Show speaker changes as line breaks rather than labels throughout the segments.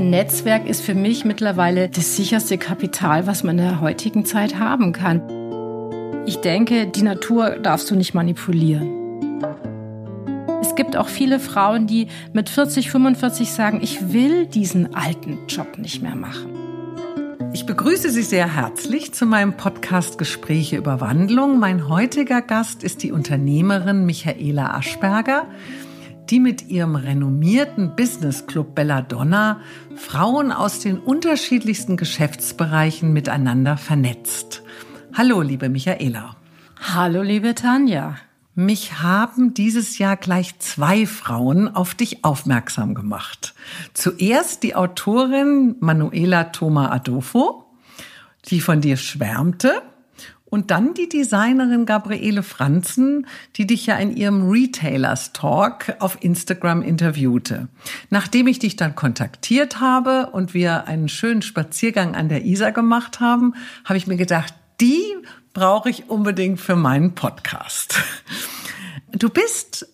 ein Netzwerk ist für mich mittlerweile das sicherste Kapital, was man in der heutigen Zeit haben kann. Ich denke, die Natur darfst du nicht manipulieren. Es gibt auch viele Frauen, die mit 40, 45 sagen, ich will diesen alten Job nicht mehr machen.
Ich begrüße Sie sehr herzlich zu meinem Podcast Gespräche über Wandlung. Mein heutiger Gast ist die Unternehmerin Michaela Aschberger, die mit ihrem renommierten Business Club Belladonna Frauen aus den unterschiedlichsten Geschäftsbereichen miteinander vernetzt. Hallo, liebe Michaela.
Hallo, liebe Tanja.
Mich haben dieses Jahr gleich 2 Frauen auf dich aufmerksam gemacht. Zuerst die Autorin Manuela Thoma-Adolfo, die von dir schwärmte, und dann die Designerin Gabriele Franzen, die dich ja in ihrem Retailers Talk auf Instagram interviewte. Nachdem ich dich dann kontaktiert habe und wir einen schönen Spaziergang an der Isar gemacht haben, habe ich mir gedacht, die brauche ich unbedingt für meinen Podcast. Du bist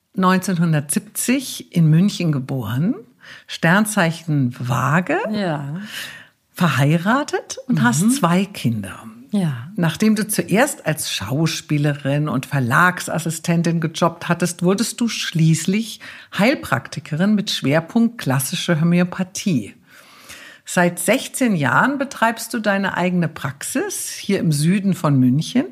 1970 in München geboren, Sternzeichen Waage,
Ja.
verheiratet und hast 2 Kinder.
Ja.
Nachdem du zuerst als Schauspielerin und Verlagsassistentin gejobbt hattest, wurdest du schließlich Heilpraktikerin mit Schwerpunkt klassische Homöopathie. Seit 16 Jahren betreibst du deine eigene Praxis hier im Süden von München.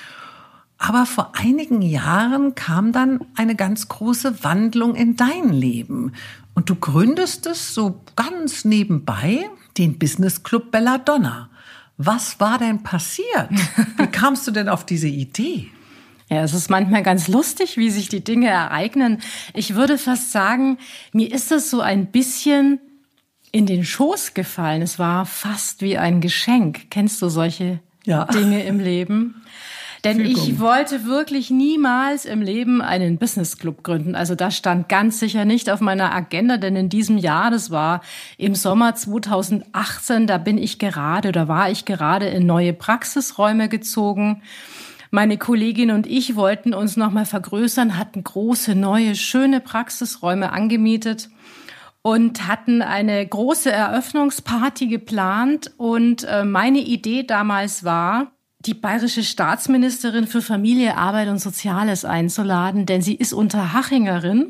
Aber vor einigen Jahren kam dann eine ganz große Wandlung in dein Leben. Und du gründest es so ganz nebenbei, den Business Club Belladonna. Was war denn passiert? Wie kamst du denn auf diese Idee?
Ja, es ist manchmal ganz lustig, wie sich die Dinge ereignen. Ich würde fast sagen, mir ist das so ein bisschen in den Schoß gefallen. Es war fast wie ein Geschenk. Kennst du solche Dinge im Leben? Denn ich wollte wirklich niemals im Leben einen Business Club gründen. Also das stand ganz sicher nicht auf meiner Agenda, denn in diesem Jahr, das war im Sommer 2018, da war ich gerade in neue Praxisräume gezogen. Meine Kollegin und ich wollten uns nochmal vergrößern, hatten große, neue, schöne Praxisräume angemietet und hatten eine große Eröffnungsparty geplant. Und meine Idee damals war, die bayerische Staatsministerin für Familie, Arbeit und Soziales einzuladen, denn sie ist Unterhachingerin.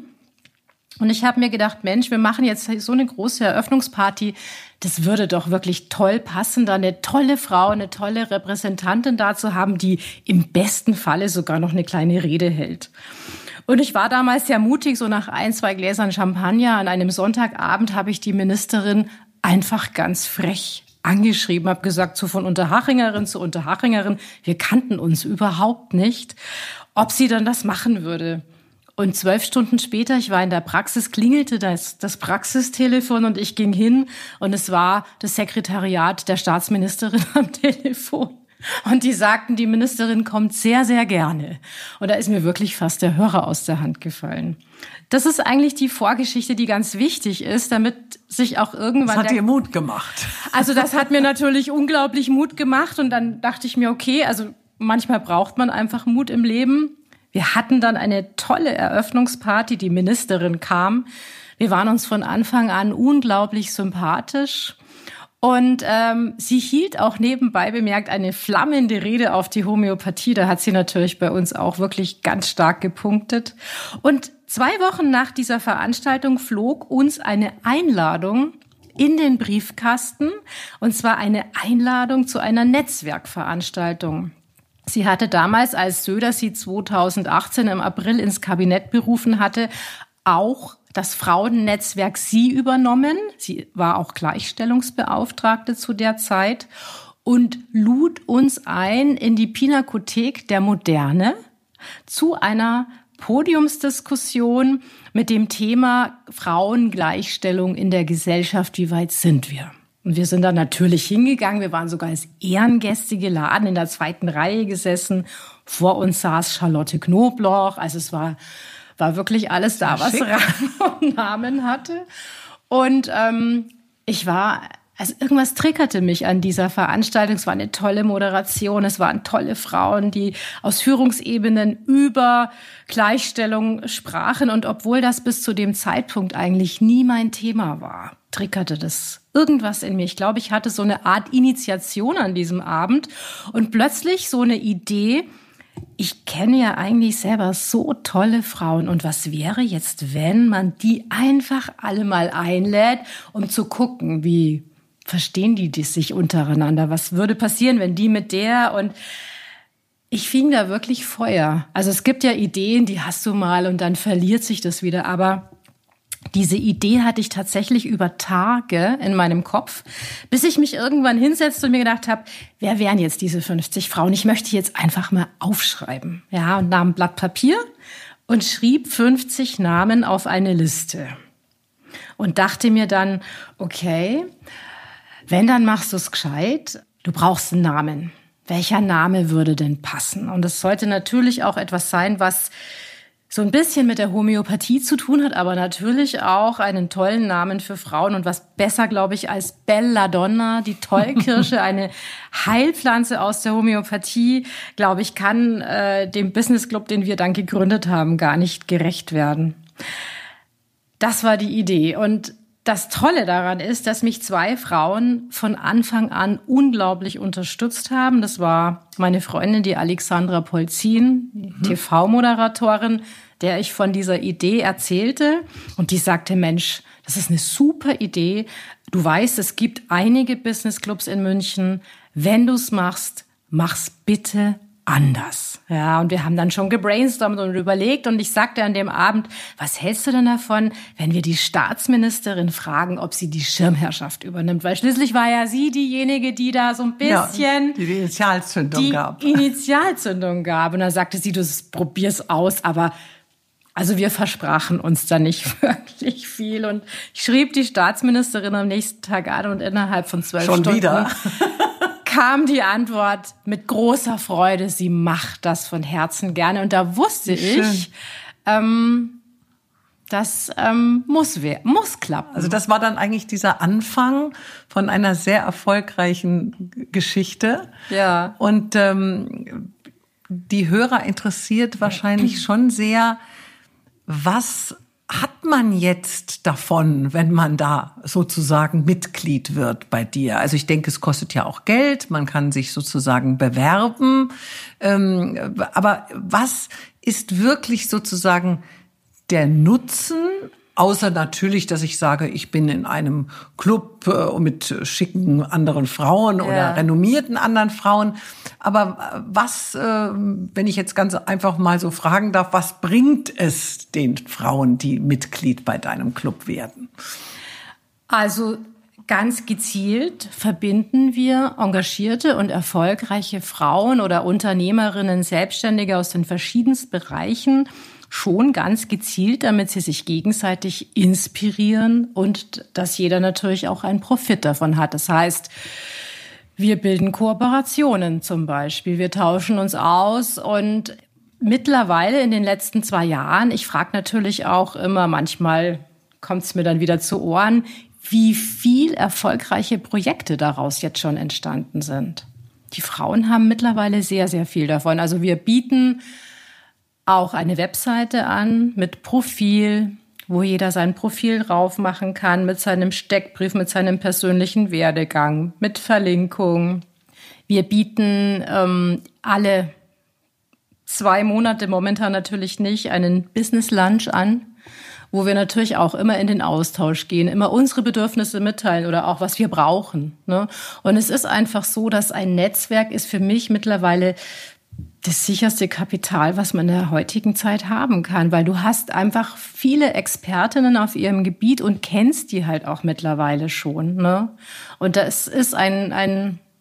Und ich habe mir gedacht, Mensch, wir machen jetzt so eine große Eröffnungsparty. Das würde doch wirklich toll passen, da eine tolle Frau, eine tolle Repräsentantin da zu haben, die im besten Falle sogar noch eine kleine Rede hält. Und ich war damals sehr mutig, so nach 1, 2 Gläsern Champagner an einem Sonntagabend habe ich die Ministerin einfach ganz frech angeschrieben, habe gesagt, so von Unterhachingerin zu Unterhachingerin, wir kannten uns überhaupt nicht, ob sie dann das machen würde. Und 12 Stunden später, ich war in der Praxis, klingelte das Praxistelefon und ich ging hin und es war das Sekretariat der Staatsministerin am Telefon. Und die sagten, die Ministerin kommt sehr, sehr gerne. Und da ist mir wirklich fast der Hörer aus der Hand gefallen. Das ist eigentlich die Vorgeschichte, die ganz wichtig ist, damit sich auch irgendwann...
Das hat dir Mut gemacht.
Also das hat mir natürlich unglaublich Mut gemacht. Und dann dachte ich mir, okay, also manchmal braucht man einfach Mut im Leben. Wir hatten dann eine tolle Eröffnungsparty, die Ministerin kam. Wir waren uns von Anfang an unglaublich sympathisch. Und sie hielt auch nebenbei bemerkt eine flammende Rede auf die Homöopathie. Da hat sie natürlich bei uns auch wirklich ganz stark gepunktet. Und 2 Wochen nach dieser Veranstaltung flog uns eine Einladung in den Briefkasten. Und zwar eine Einladung zu einer Netzwerkveranstaltung. Sie hatte damals, als Söder sie 2018 im April ins Kabinett berufen hatte, auch das Frauennetzwerk Sie übernommen. Sie war auch Gleichstellungsbeauftragte zu der Zeit und lud uns ein in die Pinakothek der Moderne zu einer Podiumsdiskussion mit dem Thema Frauengleichstellung in der Gesellschaft. Wie weit sind wir? Und wir sind da natürlich hingegangen. Wir waren sogar als Ehrengäste geladen, in der 2. Reihe gesessen. Vor uns saß Charlotte Knobloch. Also es war wirklich alles da, was Rang und Namen hatte. Und ich war Also irgendwas triggerte mich an dieser Veranstaltung. Es war eine tolle Moderation, es waren tolle Frauen, die aus Führungsebenen über Gleichstellung sprachen. Und obwohl das bis zu dem Zeitpunkt eigentlich nie mein Thema war, triggerte das irgendwas in mir. Ich glaube, ich hatte so eine Art Initiation an diesem Abend und plötzlich so eine Idee, ich kenne ja eigentlich selber so tolle Frauen und was wäre jetzt, wenn man die einfach alle mal einlädt, um zu gucken, wie verstehen die sich untereinander? Was würde passieren, wenn die mit der? Und ich fing da wirklich Feuer. Also es gibt ja Ideen, die hast du mal und dann verliert sich das wieder. Aber diese Idee hatte ich tatsächlich über Tage in meinem Kopf, bis ich mich irgendwann hinsetzte und mir gedacht habe, wer wären jetzt diese 50 Frauen? Ich möchte jetzt einfach mal aufschreiben. Ja, und nahm ein Blatt Papier und schrieb 50 Namen auf eine Liste. Und dachte mir dann, okay, wenn, dann machst du es gescheit. Du brauchst einen Namen. Welcher Name würde denn passen? Und es sollte natürlich auch etwas sein, was so ein bisschen mit der Homöopathie zu tun hat, aber natürlich auch einen tollen Namen für Frauen. Und was besser, glaube ich, als Belladonna, die Tollkirsche, eine Heilpflanze aus der Homöopathie, glaube ich, kann dem Business Club, den wir dann gegründet haben, gar nicht gerecht werden. Das war die Idee. Und das Tolle daran ist, dass mich 2 Frauen von Anfang an unglaublich unterstützt haben. Das war meine Freundin, die Alexandra Polzin, TV-Moderatorin, der ich von dieser Idee erzählte. Und die sagte, Mensch, das ist eine super Idee. Du weißt, es gibt einige Business-Clubs in München. Wenn du es machst, mach's bitte anders. Ja, und wir haben dann schon gebrainstormt und überlegt und ich sagte an dem Abend, was hältst du denn davon, wenn wir die Staatsministerin fragen, ob sie die Schirmherrschaft übernimmt? Weil schließlich war ja sie diejenige, die da so ein bisschen
die Initialzündung gab.
Und dann sagte sie, du probier's aus, aber also wir versprachen uns da nicht wirklich viel. Und ich schrieb die Staatsministerin am nächsten Tag an und innerhalb von 12 Stunden
wieder
kam die Antwort mit großer Freude, sie macht das von Herzen gerne. Und da wusste ich, das muss klappen.
Also das war dann eigentlich dieser Anfang von einer sehr erfolgreichen Geschichte.
Ja.
Und die Hörer interessiert wahrscheinlich schon sehr, was hat man jetzt davon, wenn man da sozusagen Mitglied wird bei dir? Also ich denke, es kostet ja auch Geld, man kann sich sozusagen bewerben. Aber was ist wirklich sozusagen der Nutzen? Außer natürlich, dass ich sage, ich bin in einem Club mit schicken anderen Frauen oder renommierten anderen Frauen. Aber was, wenn ich jetzt ganz einfach mal so fragen darf, was bringt es den Frauen, die Mitglied bei deinem Club werden?
Also ganz gezielt verbinden wir engagierte und erfolgreiche Frauen oder Unternehmerinnen, Selbstständige aus den verschiedensten Bereichen schon ganz gezielt, damit sie sich gegenseitig inspirieren und dass jeder natürlich auch einen Profit davon hat. Das heißt, wir bilden Kooperationen zum Beispiel, wir tauschen uns aus und mittlerweile in den letzten 2 Jahren, ich frage natürlich auch immer, manchmal kommt es mir dann wieder zu Ohren, wie viel erfolgreiche Projekte daraus jetzt schon entstanden sind. Die Frauen haben mittlerweile sehr, sehr viel davon. Also wir bieten auch eine Webseite an mit Profil, wo jeder sein Profil drauf machen kann, mit seinem Steckbrief, mit seinem persönlichen Werdegang, mit Verlinkung. Wir bieten alle 2 Monate, momentan natürlich nicht, einen Business Lunch an, wo wir natürlich auch immer in den Austausch gehen, immer unsere Bedürfnisse mitteilen oder auch, was wir brauchen. Ne? Und es ist einfach so, dass ein Netzwerk ist für mich mittlerweile das sicherste Kapital, was man in der heutigen Zeit haben kann, weil du hast einfach viele Expertinnen auf ihrem Gebiet und kennst die halt auch mittlerweile schon. Ne? Und das ist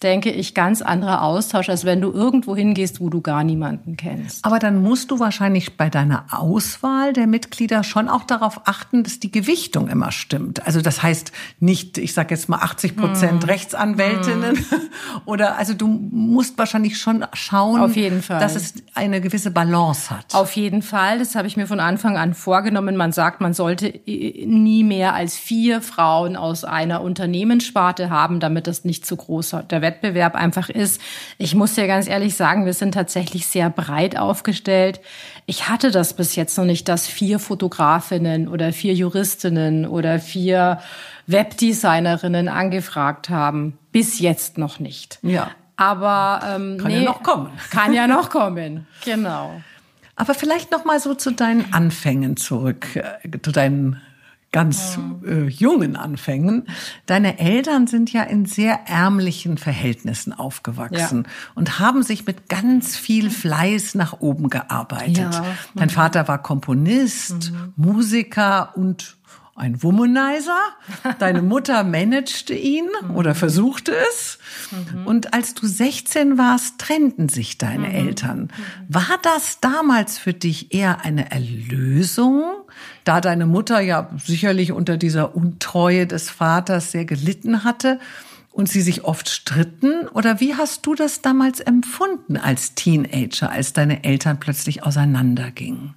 denke ich, ganz anderer Austausch, als wenn du irgendwo hingehst, wo du gar niemanden kennst.
Aber dann musst du wahrscheinlich bei deiner Auswahl der Mitglieder schon auch darauf achten, dass die Gewichtung immer stimmt. Also das heißt nicht, ich sage jetzt mal 80% Rechtsanwältinnen oder also du musst wahrscheinlich schon schauen,
auf jeden Fall,
dass es eine gewisse Balance hat.
Auf jeden Fall, das habe ich mir von Anfang an vorgenommen. Man sagt, man sollte nie mehr als 4 Frauen aus einer Unternehmenssparte haben, damit das nicht zu groß der Wettbewerb einfach ist. Ich muss dir ganz ehrlich sagen, wir sind tatsächlich sehr breit aufgestellt. Ich hatte das bis jetzt noch nicht, dass 4 Fotografinnen oder 4 Juristinnen oder 4 Webdesignerinnen angefragt haben. Bis jetzt noch nicht.
Ja.
Aber
kann ja noch kommen.
Kann ja noch kommen, genau.
Aber vielleicht noch mal so zu deinen Anfängen zurück, zu deinen ganz jungen Anfängen. Deine Eltern sind ja in sehr ärmlichen Verhältnissen aufgewachsen und haben sich mit ganz viel Fleiß nach oben gearbeitet. Ja. Dein Vater war Komponist, Musiker und ein Womanizer. Deine Mutter managte ihn oder versuchte es. Und als du 16 warst, trennten sich deine Eltern. War das damals für dich eher eine Erlösung, da deine Mutter ja sicherlich unter dieser Untreue des Vaters sehr gelitten hatte und sie sich oft stritten? Oder wie hast du das damals empfunden als Teenager, als deine Eltern plötzlich auseinandergingen?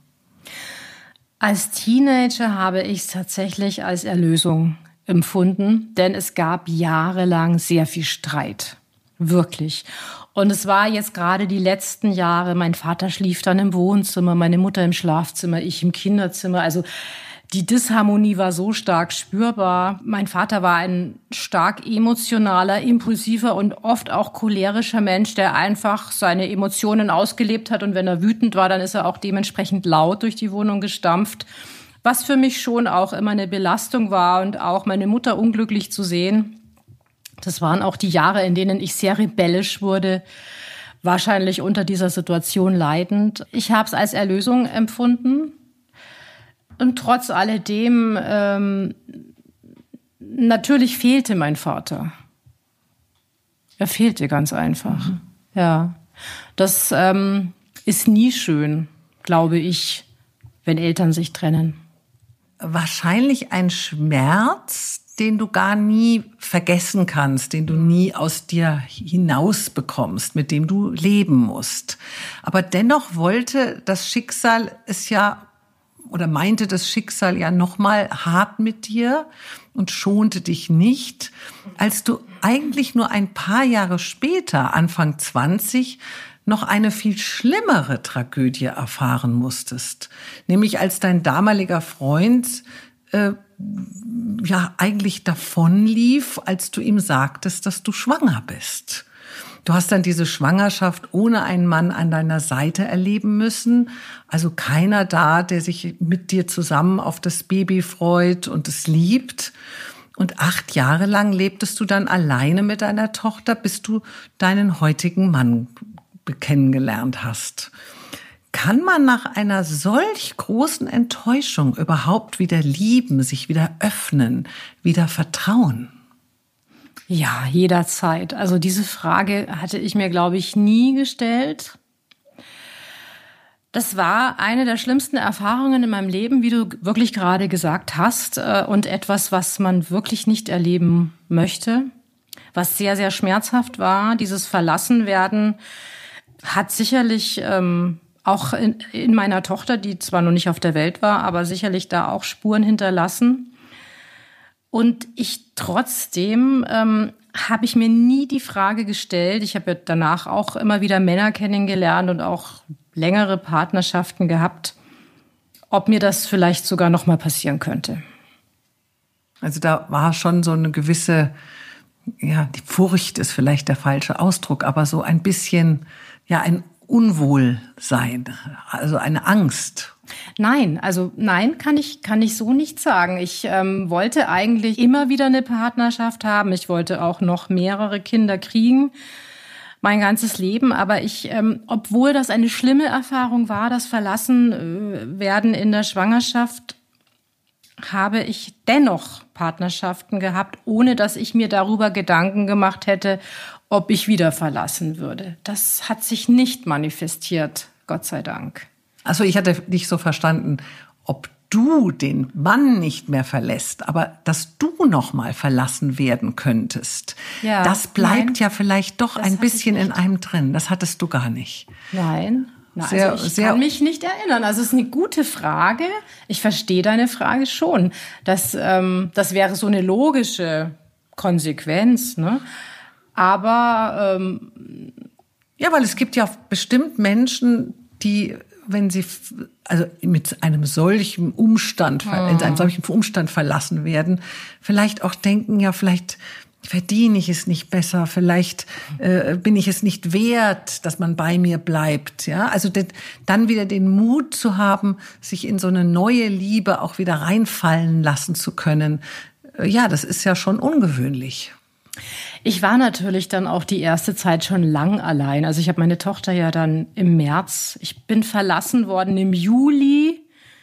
Als Teenager habe ich es tatsächlich als Erlösung empfunden, denn es gab jahrelang sehr viel Streit. Wirklich. Und es war jetzt gerade die letzten Jahre, mein Vater schlief dann im Wohnzimmer, meine Mutter im Schlafzimmer, ich im Kinderzimmer. Also die Disharmonie war so stark spürbar. Mein Vater war ein stark emotionaler, impulsiver und oft auch cholerischer Mensch, der einfach seine Emotionen ausgelebt hat. Und wenn er wütend war, dann ist er auch dementsprechend laut durch die Wohnung gestampft. Was für mich schon auch immer eine Belastung war und auch meine Mutter unglücklich zu sehen. Das waren auch die Jahre, in denen ich sehr rebellisch wurde, wahrscheinlich unter dieser Situation leidend. Ich habe es als Erlösung empfunden. Und trotz alledem, natürlich fehlte mein Vater. Er fehlte ganz einfach. Ja, das ist nie schön, glaube ich, wenn Eltern sich trennen.
Wahrscheinlich ein Schmerz, den du gar nie vergessen kannst, den du nie aus dir hinaus bekommst, mit dem du leben musst. Aber dennoch wollte das Schicksal es ja oder meinte das Schicksal ja nochmal hart mit dir und schonte dich nicht, als du eigentlich nur ein paar Jahre später, Anfang 20, noch eine viel schlimmere Tragödie erfahren musstest. Nämlich als dein damaliger Freund eigentlich davonlief, als du ihm sagtest, dass du schwanger bist. Du hast dann diese Schwangerschaft ohne einen Mann an deiner Seite erleben müssen. Also keiner da, der sich mit dir zusammen auf das Baby freut und es liebt. Und 8 Jahre lang lebtest du dann alleine mit deiner Tochter, bis du deinen heutigen Mann kennengelernt hast. Kann man nach einer solch großen Enttäuschung überhaupt wieder lieben, sich wieder öffnen, wieder vertrauen?
Ja, jederzeit. Also diese Frage hatte ich mir, glaube ich, nie gestellt. Das war eine der schlimmsten Erfahrungen in meinem Leben, wie du wirklich gerade gesagt hast, und etwas, was man wirklich nicht erleben möchte, was sehr, sehr schmerzhaft war. Dieses Verlassenwerden hat sicherlich auch in meiner Tochter, die zwar noch nicht auf der Welt war, aber sicherlich da auch Spuren hinterlassen. Und ich trotzdem habe ich mir nie die Frage gestellt, ich habe ja danach auch immer wieder Männer kennengelernt und auch längere Partnerschaften gehabt, ob mir das vielleicht sogar noch mal passieren könnte.
Also da war schon so eine gewisse, ja, die Furcht ist vielleicht der falsche Ausdruck, aber so ein bisschen, ja, ein Unwohlsein, also eine Angst.
Nein, kann ich so nicht sagen. Ich wollte eigentlich immer wieder eine Partnerschaft haben. Ich wollte auch noch mehrere Kinder kriegen, mein ganzes Leben. Aber obwohl das eine schlimme Erfahrung war, das Verlassenwerden in der Schwangerschaft, habe ich dennoch Partnerschaften gehabt, ohne dass ich mir darüber Gedanken gemacht hätte, ob ich wieder verlassen würde. Das hat sich nicht manifestiert, Gott sei Dank.
Also ich hatte dich so verstanden, ob du den Mann nicht mehr verlässt, aber dass du noch mal verlassen werden könntest,
ja,
das bleibt
nein,
ja vielleicht doch ein bisschen in einem drin. Das hattest du gar nicht.
Nein. Also ich kann mich nicht erinnern. Also es ist eine gute Frage. Ich verstehe deine Frage schon. Das wäre so eine logische Konsequenz, ne? Aber
ja, weil es gibt ja bestimmt Menschen, die, wenn sie also mit einem solchen Umstand, in einem solchen Umstand verlassen werden, vielleicht auch denken, ja, vielleicht verdiene ich es nicht besser, vielleicht bin ich es nicht wert, dass man bei mir bleibt. Ja, also dann wieder den Mut zu haben, sich in so eine neue Liebe auch wieder reinfallen lassen zu können. Ja, das ist ja schon ungewöhnlich.
Ich war natürlich dann auch die erste Zeit schon lang allein. Also ich habe meine Tochter ja dann im März, ich bin verlassen worden im Juli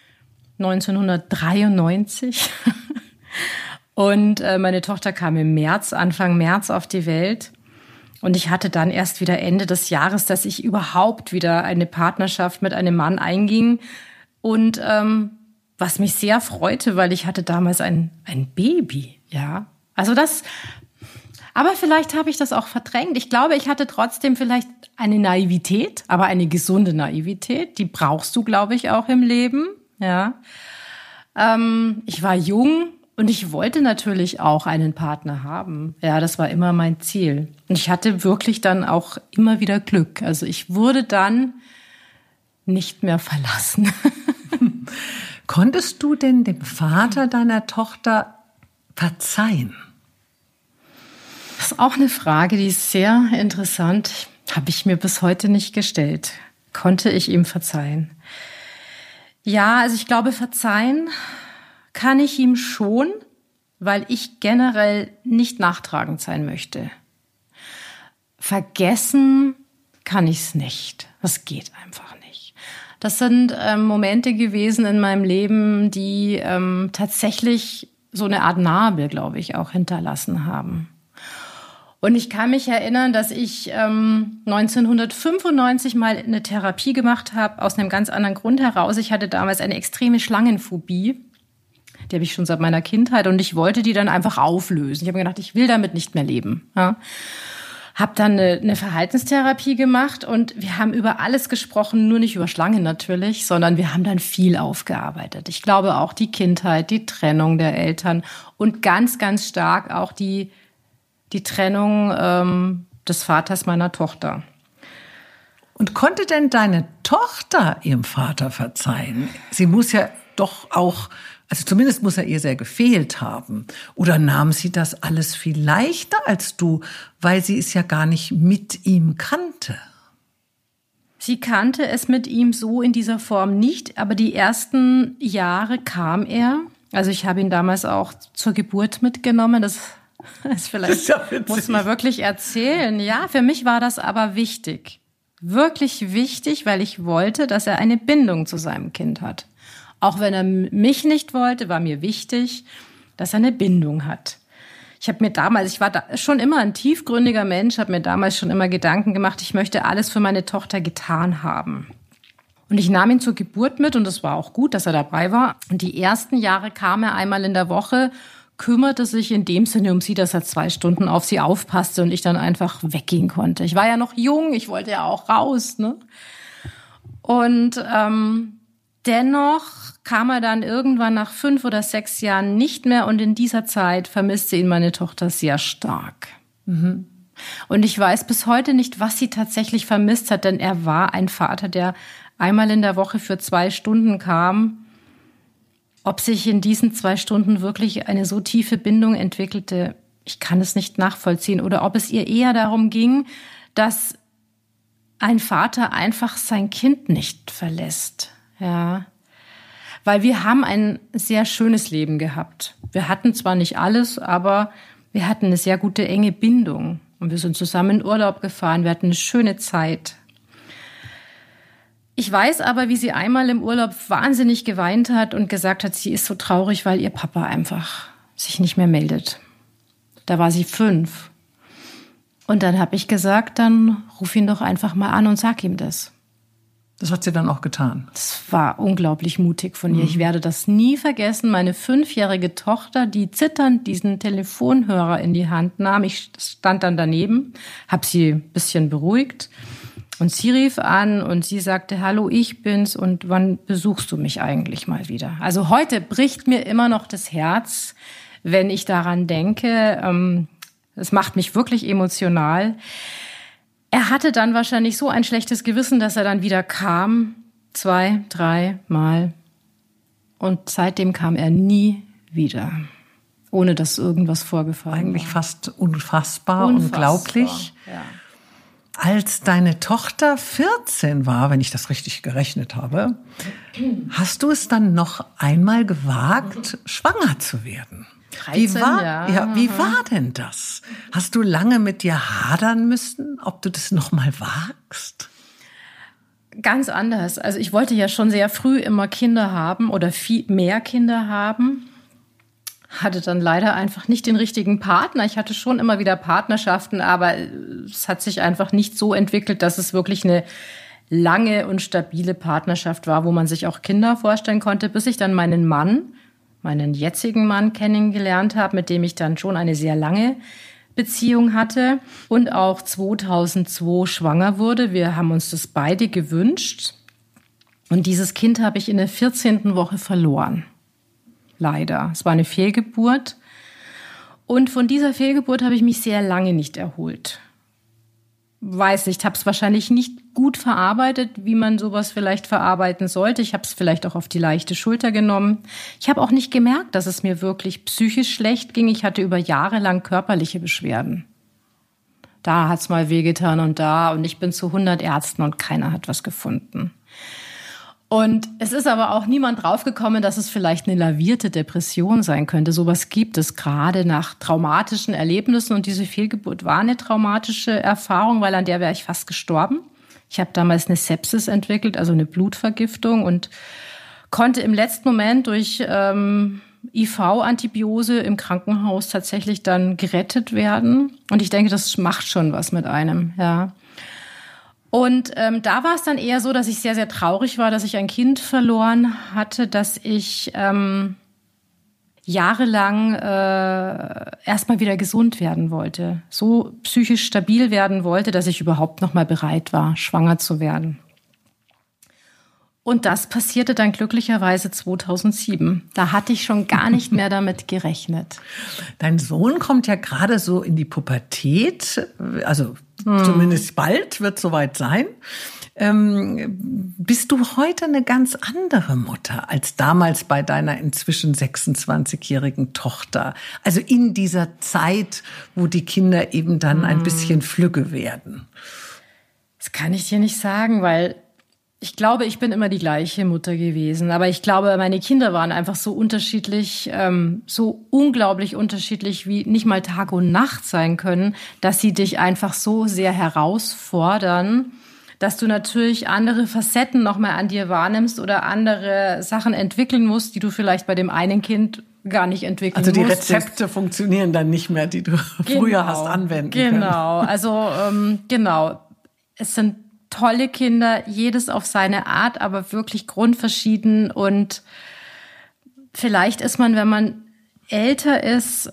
1993. Und meine Tochter kam im März, Anfang März auf die Welt. Und ich hatte dann erst wieder Ende des Jahres, dass ich überhaupt wieder eine Partnerschaft mit einem Mann einging. Und was mich sehr freute, weil ich hatte damals ein Baby. Ja, also aber vielleicht habe ich das auch verdrängt. Ich glaube, ich hatte trotzdem vielleicht eine Naivität, aber eine gesunde Naivität. Die brauchst du, glaube ich, auch im Leben. Ja, ich war jung. Und ich wollte natürlich auch einen Partner haben. Ja, das war immer mein Ziel. Und ich hatte wirklich dann auch immer wieder Glück. Also ich wurde dann nicht mehr verlassen.
Konntest du denn dem Vater deiner Tochter verzeihen?
Das ist auch eine Frage, die ist sehr interessant. Habe ich mir bis heute nicht gestellt. Konnte ich ihm verzeihen? Ja, also ich glaube, verzeihen kann ich ihm schon, weil ich generell nicht nachtragend sein möchte. Vergessen kann ich es nicht. Das geht einfach nicht. Das sind Momente gewesen in meinem Leben, die tatsächlich so eine Art Narbe, glaube ich, auch hinterlassen haben. Und ich kann mich erinnern, dass ich 1995 mal eine Therapie gemacht habe, aus einem ganz anderen Grund heraus. Ich hatte damals eine extreme Schlangenphobie. Die habe ich schon seit meiner Kindheit und ich wollte die dann einfach auflösen. Ich habe mir gedacht, ich will damit nicht mehr leben. Ja. Habe dann eine Verhaltenstherapie gemacht und wir haben über alles gesprochen, nur nicht über Schlangen natürlich, sondern wir haben dann viel aufgearbeitet. Ich glaube auch die Kindheit, die Trennung der Eltern und ganz, ganz stark auch die Trennung des Vaters meiner Tochter.
Und konnte denn deine Tochter ihrem Vater verzeihen? Sie muss ja doch auch, also zumindest muss er ihr sehr gefehlt haben. Oder nahm sie das alles viel leichter als du, weil sie es ja gar nicht mit ihm kannte?
Sie kannte es mit ihm so in dieser Form nicht, aber die ersten Jahre kam er. Also ich habe ihn damals auch zur Geburt mitgenommen. Das ist vielleicht, muss man wirklich erzählen. Ja, für mich war das aber wichtig. Wirklich wichtig, weil ich wollte, dass er eine Bindung zu seinem Kind hat. Auch wenn er mich nicht wollte, war mir wichtig, dass er eine Bindung hat. Ich war schon immer ein tiefgründiger Mensch, habe mir damals schon immer Gedanken gemacht, ich möchte alles für meine Tochter getan haben. Und ich nahm ihn zur Geburt mit und es war auch gut, dass er dabei war. Und die ersten Jahre kam er einmal in der Woche, kümmerte sich in dem Sinne um sie, dass er 2 Stunden auf sie aufpasste und ich dann einfach weggehen konnte. Ich war ja noch jung, ich wollte ja auch raus, ne? Und dennoch kam er dann irgendwann nach 5 oder 6 Jahren nicht mehr und in dieser Zeit vermisste ihn meine Tochter sehr stark. Mhm. Und ich weiß bis heute nicht, was sie tatsächlich vermisst hat, denn er war ein Vater, der einmal in der Woche für 2 Stunden kam. Ob sich in diesen 2 Stunden wirklich eine so tiefe Bindung entwickelte, ich kann es nicht nachvollziehen. Oder ob es ihr eher darum ging, dass ein Vater einfach sein Kind nicht verlässt. Ja, weil wir haben ein sehr schönes Leben gehabt. Wir hatten zwar nicht alles, aber wir hatten eine sehr gute, enge Bindung. Und wir sind zusammen in Urlaub gefahren. Wir hatten eine schöne Zeit. Ich weiß aber, wie sie einmal im Urlaub wahnsinnig geweint hat und gesagt hat, sie ist so traurig, weil ihr Papa einfach sich nicht mehr meldet. Da war sie 5. Und dann habe ich gesagt, dann ruf ihn doch einfach mal an und sag ihm das.
Das hat sie dann auch getan.
Das war unglaublich mutig von ihr. Ich werde das nie vergessen. Meine 5-jährige Tochter, die zitternd diesen Telefonhörer in die Hand nahm. Ich stand dann daneben, habe sie ein bisschen beruhigt. Und sie rief an und sie sagte, hallo, ich bin's und wann besuchst du mich eigentlich mal wieder? Also heute bricht mir immer noch das Herz, wenn ich daran denke. Es macht mich wirklich emotional. Er hatte dann wahrscheinlich so ein schlechtes Gewissen, dass er dann wieder kam, 2, 3 Mal. Und seitdem kam er nie wieder, ohne dass irgendwas vorgefallen war.
Eigentlich fast unfassbar, unglaublich.
Ja.
Als deine Tochter 14 war, wenn ich das richtig gerechnet habe, hast du es dann noch einmal gewagt, schwanger zu werden?
13,
wie war denn das? Hast du lange mit dir hadern müssen, ob du das noch mal wagst?
Ganz anders. Also ich wollte ja schon sehr früh immer Kinder haben oder viel mehr Kinder haben. Hatte dann leider einfach nicht den richtigen Partner. Ich hatte schon immer wieder Partnerschaften, aber es hat sich einfach nicht so entwickelt, dass es wirklich eine lange und stabile Partnerschaft war, wo man sich auch Kinder vorstellen konnte, bis ich dann meinen jetzigen Mann kennengelernt habe, mit dem ich dann schon eine sehr lange Beziehung hatte und auch 2002 schwanger wurde. Wir haben uns das beide gewünscht. Und dieses Kind habe ich in der 14. Woche verloren. Leider. Es war eine Fehlgeburt. Und von dieser Fehlgeburt habe ich mich sehr lange nicht erholt. Weiß nicht, habe es wahrscheinlich nicht gut verarbeitet, wie man sowas vielleicht verarbeiten sollte. Ich habe es vielleicht auch auf die leichte Schulter genommen. Ich habe auch nicht gemerkt, dass es mir wirklich psychisch schlecht ging. Ich hatte über Jahre lang körperliche Beschwerden. Da hat's mal wehgetan und da. Und ich bin zu 100 Ärzten und keiner hat was gefunden. Und es ist aber auch niemand draufgekommen, dass es vielleicht eine lavierte Depression sein könnte. Sowas gibt es gerade nach traumatischen Erlebnissen. Und diese Fehlgeburt war eine traumatische Erfahrung, weil an der wäre ich fast gestorben. Ich habe damals eine Sepsis entwickelt, also eine Blutvergiftung und konnte im letzten Moment durch IV-Antibiose im Krankenhaus tatsächlich dann gerettet werden. Und ich denke, das macht schon was mit einem, ja. Und da war es dann eher so, dass ich sehr, sehr traurig war, dass ich ein Kind verloren hatte, dass ich jahrelang erstmal wieder gesund werden wollte, so psychisch stabil werden wollte, dass ich überhaupt noch mal bereit war, schwanger zu werden. Und das passierte dann glücklicherweise 2007. Da hatte ich schon gar nicht mehr damit gerechnet.
Dein Sohn kommt ja gerade so in die Pubertät, also zumindest bald wird soweit sein. Bist du heute eine ganz andere Mutter als damals bei deiner inzwischen 26-jährigen Tochter? Also in dieser Zeit, wo die Kinder eben dann ein bisschen flügge werden.
Das kann ich dir nicht sagen, weil ich glaube, ich bin immer die gleiche Mutter gewesen. Aber ich glaube, meine Kinder waren einfach so unterschiedlich, so unglaublich unterschiedlich, wie nicht mal Tag und Nacht sein können, dass sie dich einfach so sehr herausfordern, dass du natürlich andere Facetten noch mal an dir wahrnimmst oder andere Sachen entwickeln musst, die du vielleicht bei dem einen Kind gar nicht entwickeln musstest.
Also die Rezepte funktionieren dann nicht mehr, die du früher hast anwenden können.
Genau, also genau. Es sind tolle Kinder, jedes auf seine Art, aber wirklich grundverschieden. Und vielleicht ist man, wenn man älter ist,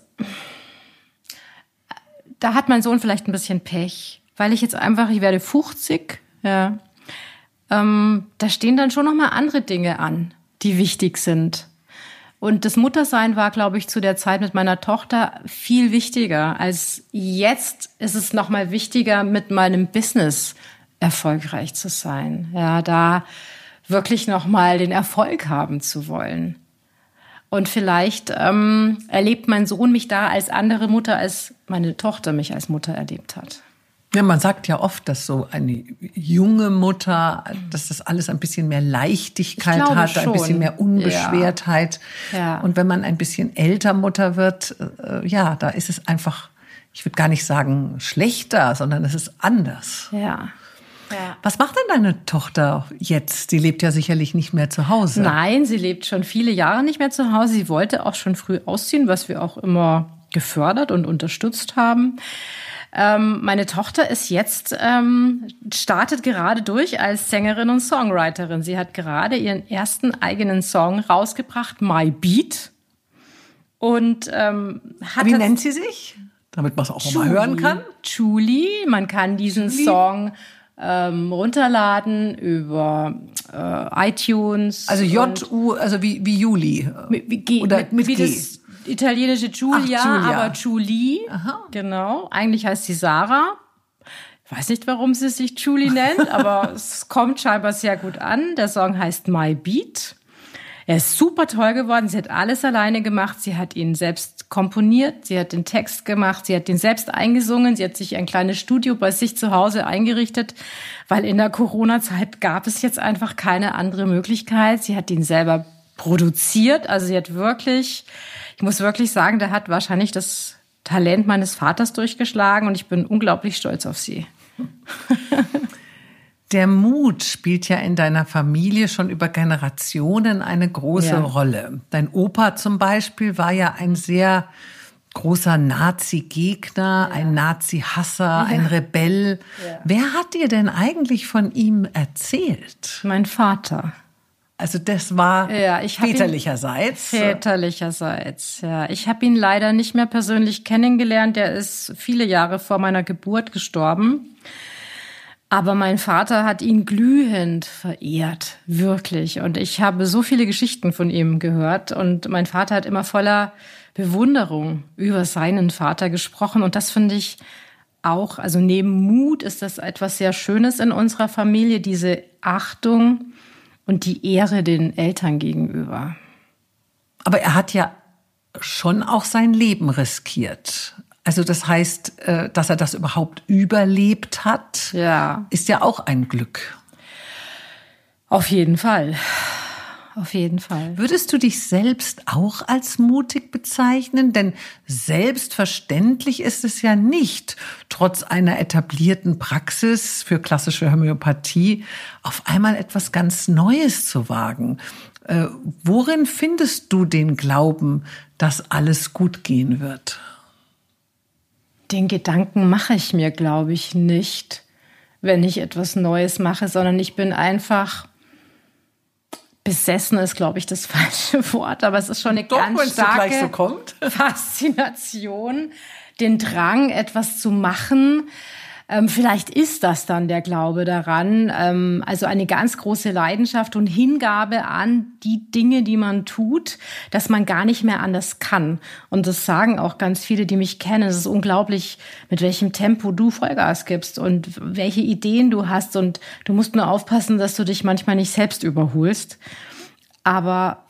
da hat mein Sohn vielleicht ein bisschen Pech, weil ich werde 50, ja. Da stehen dann schon noch mal andere Dinge an, die wichtig sind. Und das Muttersein war, glaube ich, zu der Zeit mit meiner Tochter viel wichtiger als jetzt. Ist es noch mal wichtiger, mit meinem Business erfolgreich zu sein, ja, da wirklich noch mal den Erfolg haben zu wollen. Und vielleicht erlebt mein Sohn mich da als andere Mutter, als meine Tochter mich als Mutter erlebt hat.
Ja, man sagt ja oft, dass so eine junge Mutter, dass das alles ein bisschen mehr Leichtigkeit hat, schon. Ein bisschen mehr Unbeschwertheit. Ja. Und wenn man ein bisschen älter Mutter wird, ja, da ist es einfach, ich würde gar nicht sagen schlechter, sondern es ist anders.
Ja. Ja.
Was macht denn deine Tochter jetzt? Sie lebt ja sicherlich nicht mehr zu Hause.
Nein, sie lebt schon viele Jahre nicht mehr zu Hause. Sie wollte auch schon früh ausziehen, was wir auch immer gefördert und unterstützt haben. Meine Tochter ist jetzt, startet gerade durch als Sängerin und Songwriterin. Sie hat gerade ihren ersten eigenen Song rausgebracht, My Beat. Und
Wie nennt sie sich? Damit man es auch mal hören kann.
Julie. Man kann diesen Song runterladen über iTunes.
Also J-U, also wie Juli. Oder mit
wie
G.
das italienische Julia,
Ach, Julia.
aber Julie.
Aha.
Genau. Eigentlich heißt sie Sarah. Ich weiß nicht, warum sie sich Julie nennt, aber es kommt scheinbar sehr gut an. Der Song heißt My Beat. Er ist super toll geworden. Sie hat alles alleine gemacht. Sie hat ihn selbst komponiert. Sie hat den Text gemacht. Sie hat den selbst eingesungen. Sie hat sich ein kleines Studio bei sich zu Hause eingerichtet, weil in der Corona-Zeit gab es jetzt einfach keine andere Möglichkeit. Sie hat ihn selber produziert. Also sie hat wirklich, ich muss wirklich sagen, da hat wahrscheinlich das Talent meines Vaters durchgeschlagen und ich bin unglaublich stolz auf sie.
Der Mut spielt ja in deiner Familie schon über Generationen eine große Rolle. Dein Opa zum Beispiel war ja ein sehr großer Nazi-Gegner, ein Nazi-Hasser, ein Rebell. Ja. Wer hat dir denn eigentlich von ihm erzählt?
Mein Vater.
Also das war väterlicherseits.
Väterlicherseits, ja. Ich habe ihn leider nicht mehr persönlich kennengelernt. Er ist viele Jahre vor meiner Geburt gestorben. Aber mein Vater hat ihn glühend verehrt, wirklich. Und ich habe so viele Geschichten von ihm gehört. Und mein Vater hat immer voller Bewunderung über seinen Vater gesprochen. Und das finde ich auch, also neben Mut ist das etwas sehr Schönes in unserer Familie, diese Achtung und die Ehre den Eltern gegenüber.
Aber er hat ja schon auch sein Leben riskiert. Also das heißt, dass er das überhaupt überlebt hat, ist ja auch ein Glück.
Auf jeden Fall. Auf jeden Fall.
Würdest du dich selbst auch als mutig bezeichnen? Denn selbstverständlich ist es ja nicht, trotz einer etablierten Praxis für klassische Homöopathie auf einmal etwas ganz Neues zu wagen. Worin findest du den Glauben, dass alles gut gehen wird?
Den Gedanken mache ich mir, glaube ich, nicht, wenn ich etwas Neues mache, sondern ich bin einfach besessen, ist, glaube ich, das falsche Wort, aber es ist schon eine ganz starke Faszination, den Drang, etwas zu machen. Vielleicht ist das dann der Glaube daran, also eine ganz große Leidenschaft und Hingabe an die Dinge, die man tut, dass man gar nicht mehr anders kann. Und das sagen auch ganz viele, die mich kennen. Es ist unglaublich, mit welchem Tempo du Vollgas gibst und welche Ideen du hast. Und du musst nur aufpassen, dass du dich manchmal nicht selbst überholst. Aber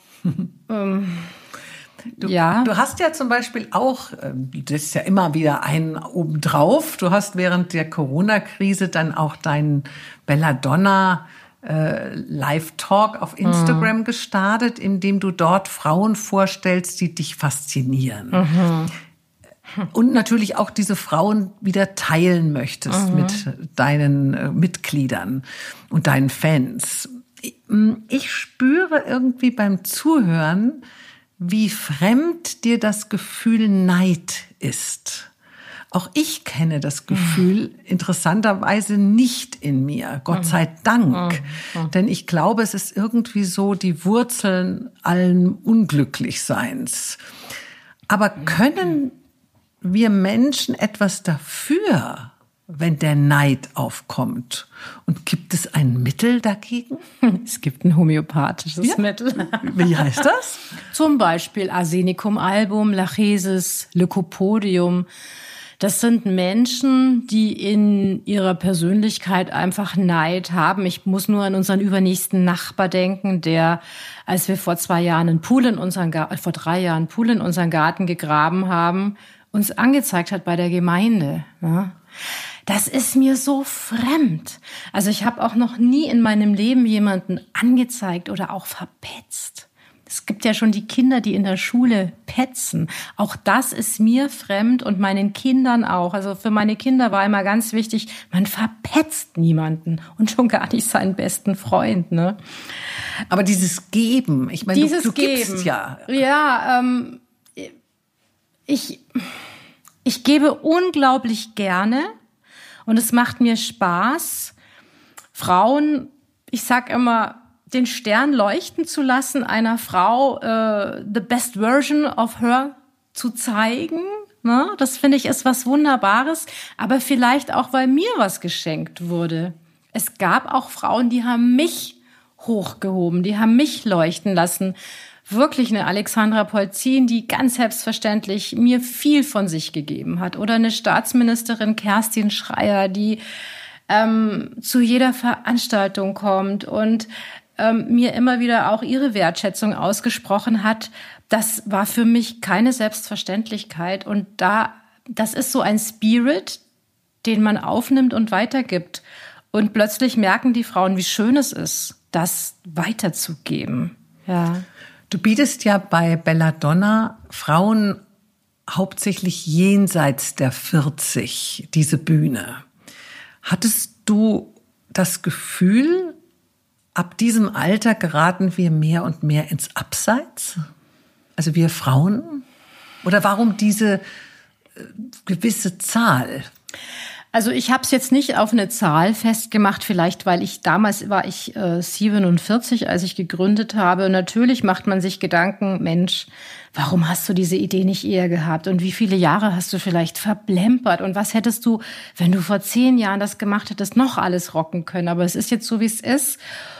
Du hast ja zum Beispiel auch, das ist ja immer wieder einen obendrauf, du hast während der Corona-Krise dann auch deinen Belladonna Live-Talk auf Instagram gestartet, in dem du dort Frauen vorstellst, die dich faszinieren. Und natürlich auch diese Frauen wieder teilen möchtest mit deinen Mitgliedern und deinen Fans. Ich spüre irgendwie beim Zuhören, wie fremd dir das Gefühl Neid ist. Auch ich kenne das Gefühl interessanterweise nicht in mir, Gott sei Dank. Denn ich glaube, es ist irgendwie so die Wurzeln allen Unglücklichseins. Aber können wir Menschen etwas dafür, wenn der Neid aufkommt? Und gibt es ein Mittel dagegen?
Es gibt ein homöopathisches Mittel.
Wie heißt das?
Zum Beispiel Arsenicum album, Lachesis, Lycopodium. Das sind Menschen, die in ihrer Persönlichkeit einfach Neid haben. Ich muss nur an unseren übernächsten Nachbar denken, der, als wir vor 3 Jahren einen Pool in unseren Garten gegraben haben, uns angezeigt hat bei der Gemeinde. Ja. Das ist mir so fremd. Also ich habe auch noch nie in meinem Leben jemanden angezeigt oder auch verpetzt. Es gibt ja schon die Kinder, die in der Schule petzen. Auch das ist mir fremd und meinen Kindern auch. Also für meine Kinder war immer ganz wichtig, man verpetzt niemanden und schon gar nicht seinen besten Freund. Ne?
Aber dieses Geben, ich meine, du gibst ja.
Ja, Ich gebe unglaublich gerne und es macht mir Spaß, Frauen, ich sag immer, den Stern leuchten zu lassen, einer Frau the best version of her zu zeigen. Ne? Das finde ich ist was Wunderbares, aber vielleicht auch, weil mir was geschenkt wurde. Es gab auch Frauen, die haben mich hochgehoben, die haben mich leuchten lassen. Wirklich eine Alexandra Polzin, die ganz selbstverständlich mir viel von sich gegeben hat. Oder eine Staatsministerin Kerstin Schreier, die zu jeder Veranstaltung kommt und mir immer wieder auch ihre Wertschätzung ausgesprochen hat. Das war für mich keine Selbstverständlichkeit. Und das ist so ein Spirit, den man aufnimmt und weitergibt. Und plötzlich merken die Frauen, wie schön es ist, das weiterzugeben. Ja.
Du bietest ja bei Belladonna Frauen hauptsächlich jenseits der 40 diese Bühne. Hattest du das Gefühl, ab diesem Alter geraten wir mehr und mehr ins Abseits? Also wir Frauen? Oder warum diese gewisse Zahl?
Also ich habe es jetzt nicht auf eine Zahl festgemacht, vielleicht weil damals war ich 47, als ich gegründet habe. Und natürlich macht man sich Gedanken, Mensch, warum hast du diese Idee nicht eher gehabt? Und wie viele Jahre hast du vielleicht verplempert? Und was hättest du, wenn du vor 10 Jahren das gemacht hättest, noch alles rocken können? Aber es ist jetzt so, wie es ist.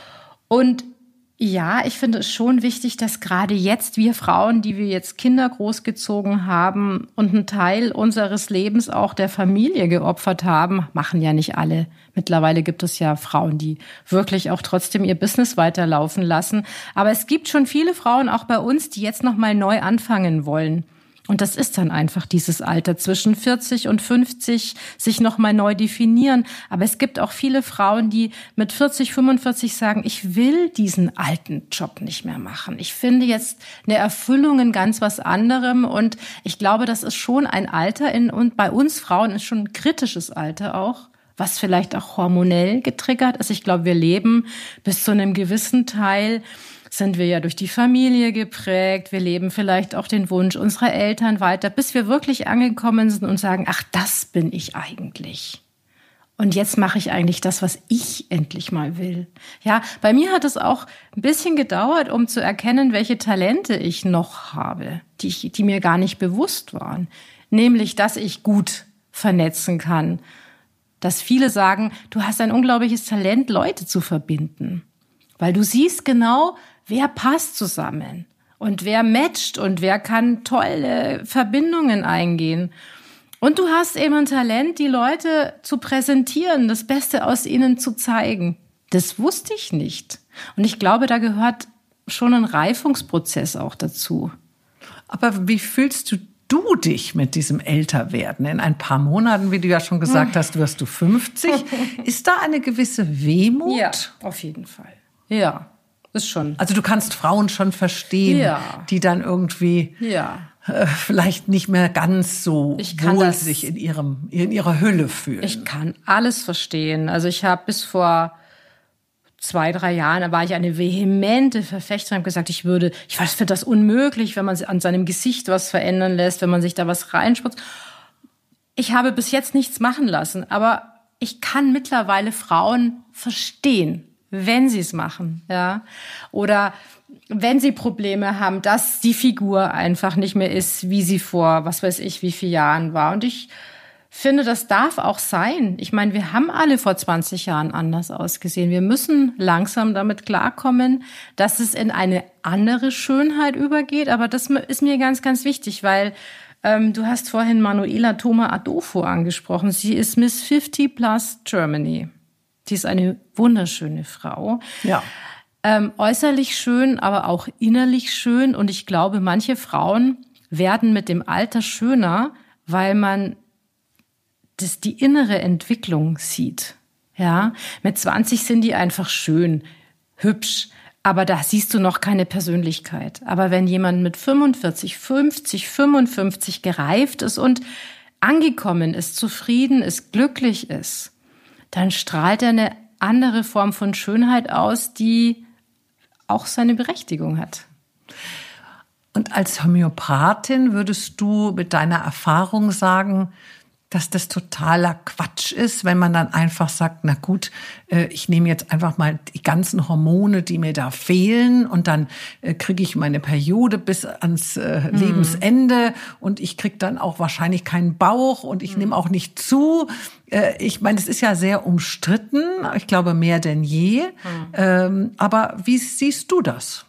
Und ja, ich finde es schon wichtig, dass gerade jetzt wir Frauen, die wir jetzt Kinder großgezogen haben und einen Teil unseres Lebens auch der Familie geopfert haben, machen ja nicht alle. Mittlerweile gibt es ja Frauen, die wirklich auch trotzdem ihr Business weiterlaufen lassen. Aber es gibt schon viele Frauen auch bei uns, die jetzt noch mal neu anfangen wollen. Und das ist dann einfach dieses Alter zwischen 40 und 50, sich nochmal neu definieren. Aber es gibt auch viele Frauen, die mit 40, 45 sagen, ich will diesen alten Job nicht mehr machen. Ich finde jetzt eine Erfüllung in ganz was anderem. Und ich glaube, das ist schon ein Alter und bei uns Frauen ist schon ein kritisches Alter auch, was vielleicht auch hormonell getriggert ist. Ich glaube, wir leben bis zu einem gewissen Teil, sind wir ja durch die Familie geprägt. Wir leben vielleicht auch den Wunsch unserer Eltern weiter, bis wir wirklich angekommen sind und sagen, ach, das bin ich eigentlich. Und jetzt mache ich eigentlich das, was ich endlich mal will. Ja, bei mir hat es auch ein bisschen gedauert, um zu erkennen, welche Talente ich noch habe, die mir gar nicht bewusst waren. Nämlich, dass ich gut vernetzen kann. Dass viele sagen, du hast ein unglaubliches Talent, Leute zu verbinden. Weil du siehst genau, wer passt zusammen und wer matcht und wer kann tolle Verbindungen eingehen. Und du hast eben ein Talent, die Leute zu präsentieren, das Beste aus ihnen zu zeigen. Das wusste ich nicht. Und ich glaube, da gehört schon ein Reifungsprozess auch dazu.
Aber wie fühlst du dich mit diesem Älterwerden? In ein paar Monaten, wie du ja schon gesagt hast, wirst du 50. Ist da eine gewisse Wehmut?
Ja, auf jeden Fall. Ja, ist schon.
Also du kannst Frauen schon verstehen,
ja,
die dann irgendwie vielleicht nicht mehr ganz so wohl sich in ihrer Hülle fühlen.
Ich kann alles verstehen. Also ich habe bis vor 2, 3 Jahren, da war ich eine vehemente Verfechterin, habe gesagt, ich finde das unmöglich, wenn man an seinem Gesicht was verändern lässt, wenn man sich da was reinspritzt. Ich habe bis jetzt nichts machen lassen, aber ich kann mittlerweile Frauen verstehen, wenn sie es machen, ja, oder wenn sie Probleme haben, dass die Figur einfach nicht mehr ist, wie sie vor, was weiß ich, wie vielen Jahren war. Und ich finde, das darf auch sein. Ich meine, wir haben alle vor 20 Jahren anders ausgesehen. Wir müssen langsam damit klarkommen, dass es in eine andere Schönheit übergeht. Aber das ist mir ganz, ganz wichtig, weil du hast vorhin Manuela Thoma Adolfo angesprochen. Sie ist Miss 50 Plus Germany. Sie ist eine wunderschöne Frau.
Ja.
Äußerlich schön, aber auch innerlich schön. Und ich glaube, manche Frauen werden mit dem Alter schöner, weil man die innere Entwicklung sieht. Ja, mit 20 sind die einfach schön, hübsch, aber da siehst du noch keine Persönlichkeit. Aber wenn jemand mit 45, 50, 55 gereift ist und angekommen ist, zufrieden ist, glücklich ist, dann strahlt er eine andere Form von Schönheit aus, die auch seine Berechtigung hat.
Und als Homöopathin würdest du mit deiner Erfahrung sagen, dass das totaler Quatsch ist, wenn man dann einfach sagt, na gut, ich nehme jetzt einfach mal die ganzen Hormone, die mir da fehlen und dann kriege ich meine Periode bis ans Lebensende und ich kriege dann auch wahrscheinlich keinen Bauch und ich nehme auch nicht zu. Ich meine, es ist ja sehr umstritten, ich glaube mehr denn je. Aber wie siehst du das?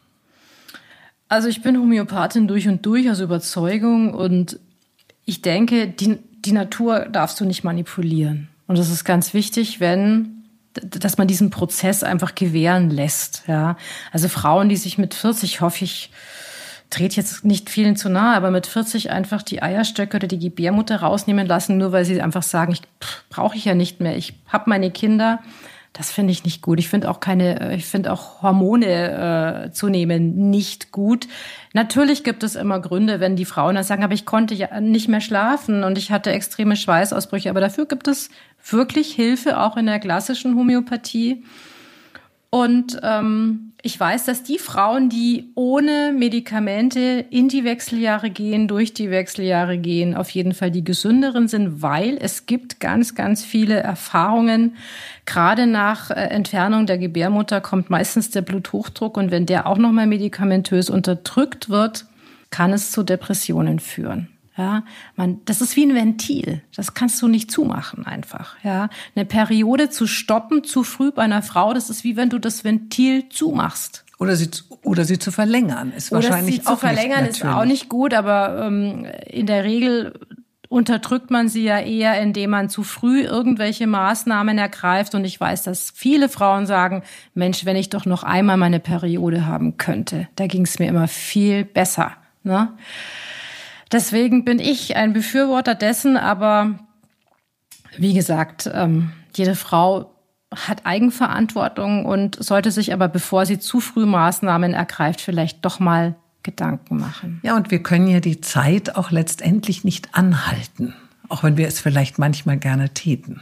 Also ich bin Homöopathin durch und durch, aus Überzeugung, und ich denke, die Natur darfst du nicht manipulieren. Und das ist ganz wichtig, dass man diesen Prozess einfach gewähren lässt. Ja? Also Frauen, die sich mit 40, hoffe ich, trete jetzt nicht vielen zu nahe, aber mit 40 einfach die Eierstöcke oder die Gebärmutter rausnehmen lassen, nur weil sie einfach sagen, brauche ich ja nicht mehr, ich habe meine Kinder. Das finde ich nicht gut. Ich finde auch Hormone zu nehmen nicht gut. Natürlich gibt es immer Gründe, wenn die Frauen dann sagen, aber ich konnte ja nicht mehr schlafen und ich hatte extreme Schweißausbrüche. Aber dafür gibt es wirklich Hilfe, auch in der klassischen Homöopathie. Und ich weiß, dass die Frauen, die ohne Medikamente in die Wechseljahre gehen, durch die Wechseljahre gehen, auf jeden Fall die gesünderen sind, weil es gibt ganz, ganz viele Erfahrungen. Gerade nach Entfernung der Gebärmutter kommt meistens der Bluthochdruck, und wenn der auch nochmal medikamentös unterdrückt wird, kann es zu Depressionen führen. Ja, das ist wie ein Ventil. Das kannst du nicht zumachen einfach. Ja, eine Periode zu stoppen zu früh bei einer Frau, das ist wie wenn du das Ventil zumachst.
Oder sie zu verlängern ist wahrscheinlich auch nicht. Oder sie zu verlängern ist auch
nicht gut, aber in der Regel unterdrückt man sie ja eher, indem man zu früh irgendwelche Maßnahmen ergreift. Und ich weiß, dass viele Frauen sagen, Mensch, wenn ich doch noch einmal meine Periode haben könnte, da ging es mir immer viel besser. Ne? Deswegen bin ich ein Befürworter dessen, aber wie gesagt, jede Frau hat Eigenverantwortung und sollte sich aber, bevor sie zu früh Maßnahmen ergreift, vielleicht doch mal Gedanken machen.
Ja, und wir können ja die Zeit auch letztendlich nicht anhalten, auch wenn wir es vielleicht manchmal gerne täten.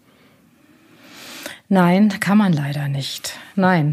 Nein, kann man leider nicht. Nein.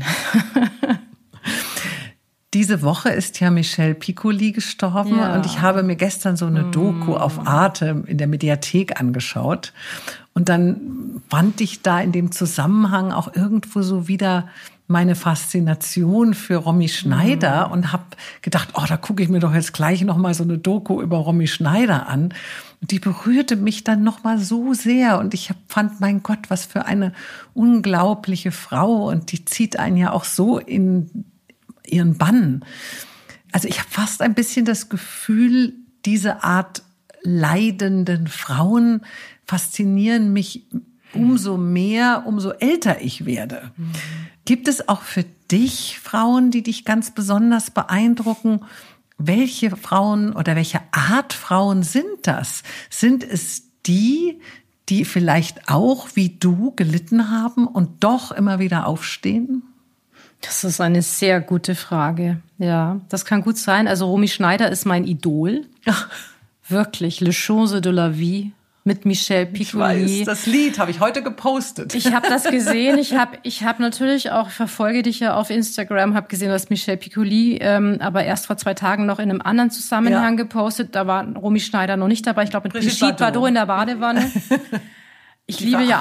Diese Woche ist ja Michel Piccoli gestorben, ja. Und ich habe mir gestern so eine Doku auf Arte in der Mediathek angeschaut. Und dann fand ich da in dem Zusammenhang auch irgendwo so wieder meine Faszination für Romy Schneider und habe gedacht, da gucke ich mir doch jetzt gleich noch mal so eine Doku über Romy Schneider an. Und die berührte mich dann noch mal so sehr und ich fand, mein Gott, was für eine unglaubliche Frau, und die zieht einen ja auch so in ihren Bann. Also ich habe fast ein bisschen das Gefühl, diese Art leidenden Frauen faszinieren mich umso mehr, umso älter ich werde. Gibt es auch für dich Frauen, die dich ganz besonders beeindrucken? Welche Frauen oder welche Art Frauen sind das? Sind es die vielleicht auch wie du gelitten haben und doch immer wieder aufstehen?
Das ist eine sehr gute Frage. Ja, das kann gut sein. Also Romy Schneider ist mein Idol.
Ach.
Wirklich, Le Chose de la Vie mit Michel Piccoli.
Ich weiß, das Lied habe ich heute gepostet.
Ich habe das gesehen. Ich hab natürlich auch, verfolge dich ja auf Instagram, habe gesehen, du hast Michel Piccoli, aber erst vor 2 Tagen noch in einem anderen Zusammenhang gepostet. Da war Romy Schneider noch nicht dabei. Ich glaube, mit Brigitte Bardot in der Badewanne. Ich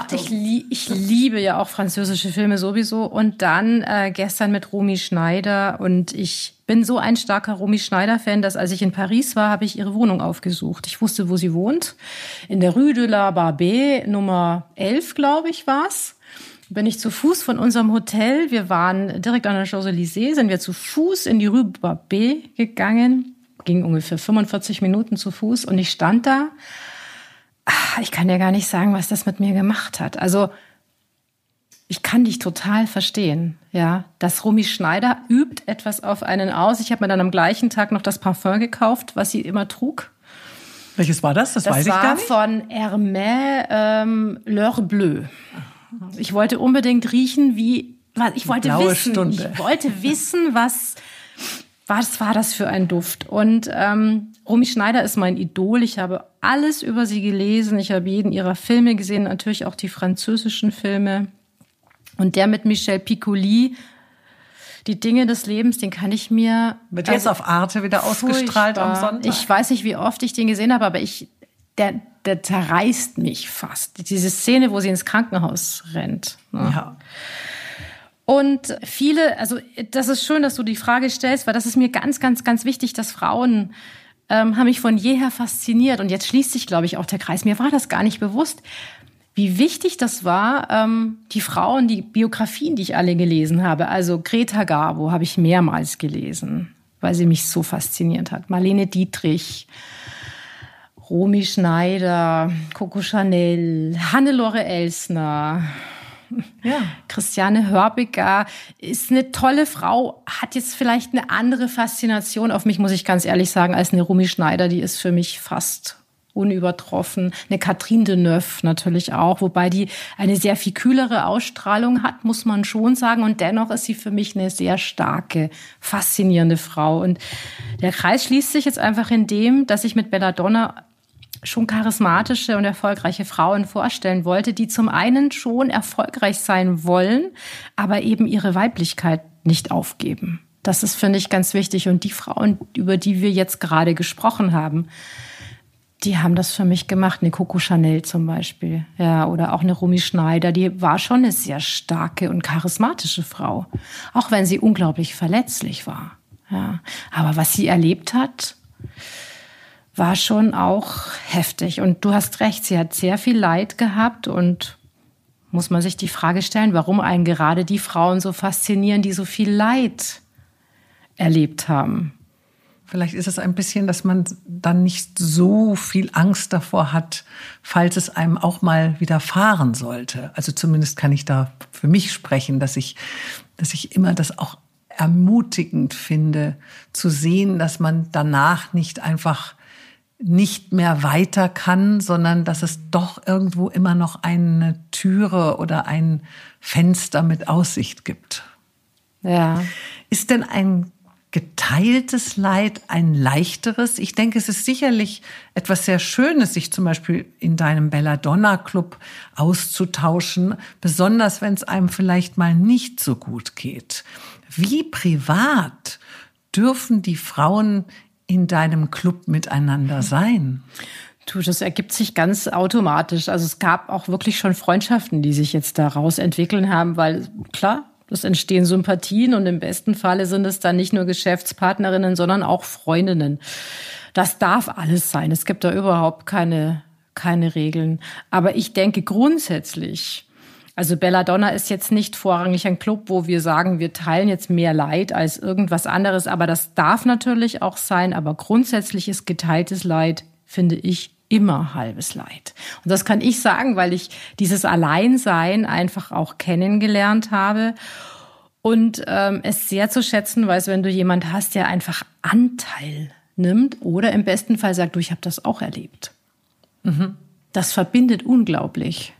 liebe ja auch französische Filme sowieso. Und dann gestern mit Romy Schneider. Und ich bin so ein starker Romy Schneider-Fan, dass als ich in Paris war, habe ich ihre Wohnung aufgesucht. Ich wusste, wo sie wohnt. In der Rue de la Barbée, Nummer 11, glaube ich, war's. Bin ich zu Fuß von unserem Hotel. Wir waren direkt an der Champs-Élysées, sind wir zu Fuß in die Rue Barbée gegangen. Ging ungefähr 45 Minuten zu Fuß. Und ich stand da. Ich kann dir gar nicht sagen, was das mit mir gemacht hat. Also ich kann dich total verstehen, ja. Das Romy Schneider übt etwas auf einen aus. Ich habe mir dann am gleichen Tag noch das Parfum gekauft, was sie immer trug.
Welches war das? Das weiß ich gar nicht.
Das war von Hermès L'Heure Bleue. Ich wollte unbedingt riechen, ich wollte wissen, was war das für ein Duft. Und Romy Schneider ist mein Idol. Ich habe alles über sie gelesen. Ich habe jeden ihrer Filme gesehen, natürlich auch die französischen Filme. Und der mit Michel Piccoli, die Dinge des Lebens, den kann ich mir...
Wird jetzt auf Arte wieder ausgestrahlt am Sonntag?
Ich weiß nicht, wie oft ich den gesehen habe, aber der zerreißt mich fast. Diese Szene, wo sie ins Krankenhaus rennt. Ne?
Ja.
Und viele, also das ist schön, dass du die Frage stellst, weil das ist mir ganz, ganz, ganz wichtig, dass Frauen haben mich von jeher fasziniert. Und jetzt schließt sich, glaube ich, auch der Kreis. Mir war das gar nicht bewusst, wie wichtig das war, die Frauen, die Biografien, die ich alle gelesen habe. Also Greta Garbo habe ich mehrmals gelesen, weil sie mich so fasziniert hat. Marlene Dietrich, Romy Schneider, Coco Chanel, Hannelore Elsner, ja. Christiane Hörbiger ist eine tolle Frau, hat jetzt vielleicht eine andere Faszination auf mich, muss ich ganz ehrlich sagen, als eine Romy Schneider. Die ist für mich fast unübertroffen. Eine Catherine Deneuve natürlich auch, wobei die eine sehr viel kühlere Ausstrahlung hat, muss man schon sagen. Und dennoch ist sie für mich eine sehr starke, faszinierende Frau. Und der Kreis schließt sich jetzt einfach in dem, dass ich mit Belladonna schon charismatische und erfolgreiche Frauen vorstellen wollte, die zum einen schon erfolgreich sein wollen, aber eben ihre Weiblichkeit nicht aufgeben. Das ist, finde ich, ganz wichtig. Und die Frauen, über die wir jetzt gerade gesprochen haben, die haben das für mich gemacht. Eine Coco Chanel zum Beispiel, ja, oder auch eine Romy Schneider. Die war schon eine sehr starke und charismatische Frau, auch wenn sie unglaublich verletzlich war. Ja, aber was sie erlebt hat, war schon auch heftig. Und du hast recht, sie hat sehr viel Leid gehabt und muss man sich die Frage stellen, warum einen gerade die Frauen so faszinieren, die so viel Leid erlebt haben.
Vielleicht ist es ein bisschen, dass man dann nicht so viel Angst davor hat, falls es einem auch mal widerfahren sollte. Also zumindest kann ich da für mich sprechen, dass ich immer das auch ermutigend finde, zu sehen, dass man danach nicht einfach nicht mehr weiter kann, sondern dass es doch irgendwo immer noch eine Türe oder ein Fenster mit Aussicht gibt.
Ja.
Ist denn ein geteiltes Leid ein leichteres? Ich denke, es ist sicherlich etwas sehr Schönes, sich zum Beispiel in deinem Belladonna-Club auszutauschen, besonders wenn es einem vielleicht mal nicht so gut geht. Wie privat dürfen die Frauen in deinem Club miteinander sein?
Du, das ergibt sich ganz automatisch. Also es gab auch wirklich schon Freundschaften, die sich jetzt daraus entwickeln haben, weil klar, es entstehen Sympathien und im besten Falle sind es dann nicht nur Geschäftspartnerinnen, sondern auch Freundinnen. Das darf alles sein. Es gibt da überhaupt keine Regeln. Aber ich denke grundsätzlich, also Belladonna ist jetzt nicht vorrangig ein Club, wo wir sagen, wir teilen jetzt mehr Leid als irgendwas anderes. Aber das darf natürlich auch sein. Aber grundsätzlich ist geteiltes Leid, finde ich, immer halbes Leid. Und das kann ich sagen, weil ich dieses Alleinsein einfach auch kennengelernt habe und es sehr zu schätzen weiß, wenn du jemand hast, der einfach Anteil nimmt oder im besten Fall sagt, du, ich habe das auch erlebt. Mhm. Das verbindet unglaublich.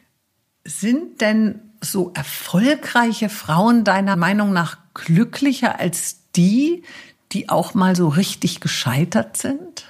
Sind denn so erfolgreiche Frauen deiner Meinung nach glücklicher als die auch mal so richtig gescheitert sind?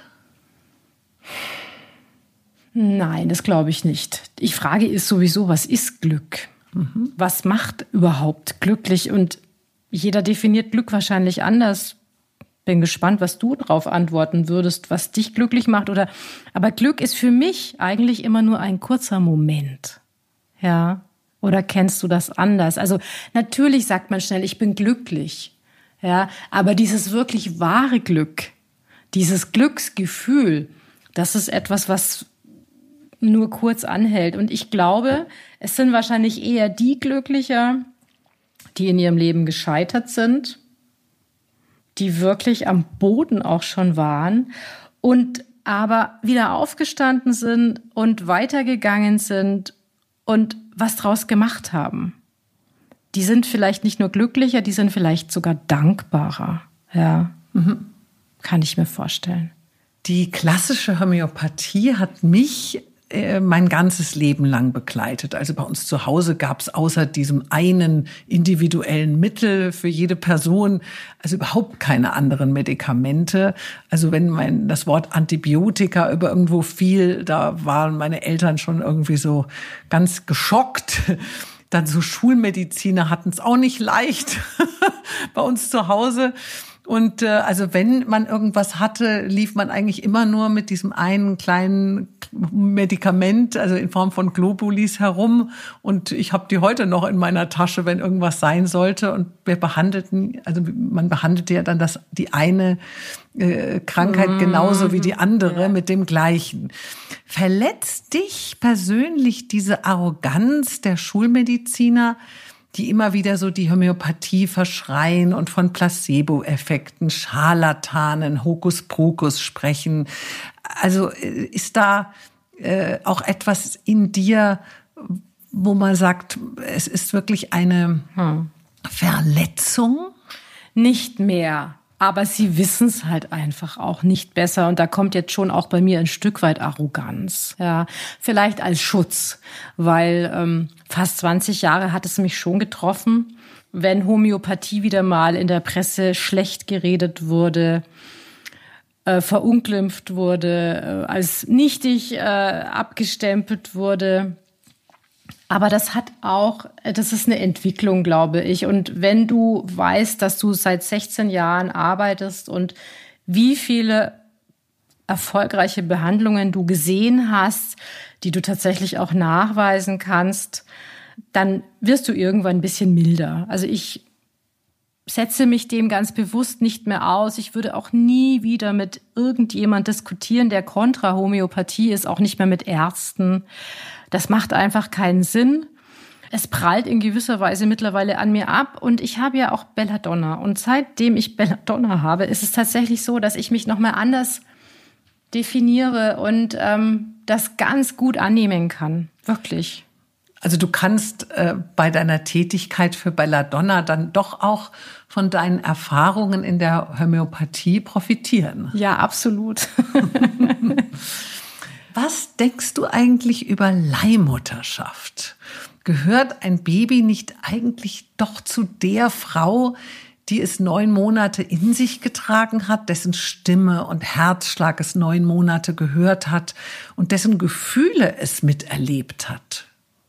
Nein, das glaube ich nicht. Die Frage ist sowieso, was ist Glück? Mhm. Was macht überhaupt glücklich? Und jeder definiert Glück wahrscheinlich anders. Bin gespannt, was du darauf antworten würdest, was dich glücklich macht. Aber Glück ist für mich eigentlich immer nur ein kurzer Moment. Ja? Oder kennst du das anders? Also natürlich sagt man schnell, ich bin glücklich. Ja? Aber dieses wirklich wahre Glück, dieses Glücksgefühl, das ist etwas, was nur kurz anhält. Und ich glaube, es sind wahrscheinlich eher die Glücklicher, die in ihrem Leben gescheitert sind, die wirklich am Boden auch schon waren und aber wieder aufgestanden sind und weitergegangen sind und was draus gemacht haben. Die sind vielleicht nicht nur glücklicher, die sind vielleicht sogar dankbarer. Ja, kann ich mir vorstellen.
Die klassische Homöopathie hat mich mein ganzes Leben lang begleitet. Also bei uns zu Hause gab es außer diesem einen individuellen Mittel für jede Person also überhaupt keine anderen Medikamente. Also wenn das Wort Antibiotika über irgendwo fiel, da waren meine Eltern schon irgendwie so ganz geschockt. Dann so Schulmediziner hatten es auch nicht leicht. bei uns zu Hause. Und also wenn man irgendwas hatte, lief man eigentlich immer nur mit diesem einen kleinen Medikament, also in Form von Globulis herum. Und ich habe die heute noch in meiner Tasche, wenn irgendwas sein sollte. Und man behandelte ja dann die eine Krankheit genauso wie die andere mit dem Gleichen. Verletzt dich persönlich diese Arroganz der Schulmediziner, die immer wieder so die Homöopathie verschreien und von Placebo-Effekten, Scharlatanen, Hokuspokus sprechen? Also ist da auch etwas in dir, wo man sagt, es ist wirklich eine Verletzung?
Nicht mehr. Aber sie wissen es halt einfach auch nicht besser. Und da kommt jetzt schon auch bei mir ein Stück weit Arroganz. Ja, vielleicht als Schutz, weil fast 20 Jahre hat es mich schon getroffen, wenn Homöopathie wieder mal in der Presse schlecht geredet wurde, verunglimpft wurde, als nichtig abgestempelt wurde. Aber das ist eine Entwicklung, glaube ich. Und wenn du weißt, dass du seit 16 Jahren arbeitest und wie viele erfolgreiche Behandlungen du gesehen hast, die du tatsächlich auch nachweisen kannst, dann wirst du irgendwann ein bisschen milder. Also ich setze mich dem ganz bewusst nicht mehr aus. Ich würde auch nie wieder mit irgendjemand diskutieren, der kontra Homöopathie ist, auch nicht mehr mit Ärzten. Das macht einfach keinen Sinn. Es prallt in gewisser Weise mittlerweile an mir ab. Und ich habe ja auch Belladonna. Und seitdem ich Belladonna habe, ist es tatsächlich so, dass ich mich nochmal anders definiere und das ganz gut annehmen kann. Wirklich.
Also du kannst bei deiner Tätigkeit für Belladonna dann doch auch von deinen Erfahrungen in der Homöopathie profitieren.
Ja, absolut.
Was denkst du eigentlich über Leihmutterschaft? Gehört ein Baby nicht eigentlich doch zu der Frau, die es 9 Monate in sich getragen hat, dessen Stimme und Herzschlag es 9 Monate gehört hat und dessen Gefühle es miterlebt hat?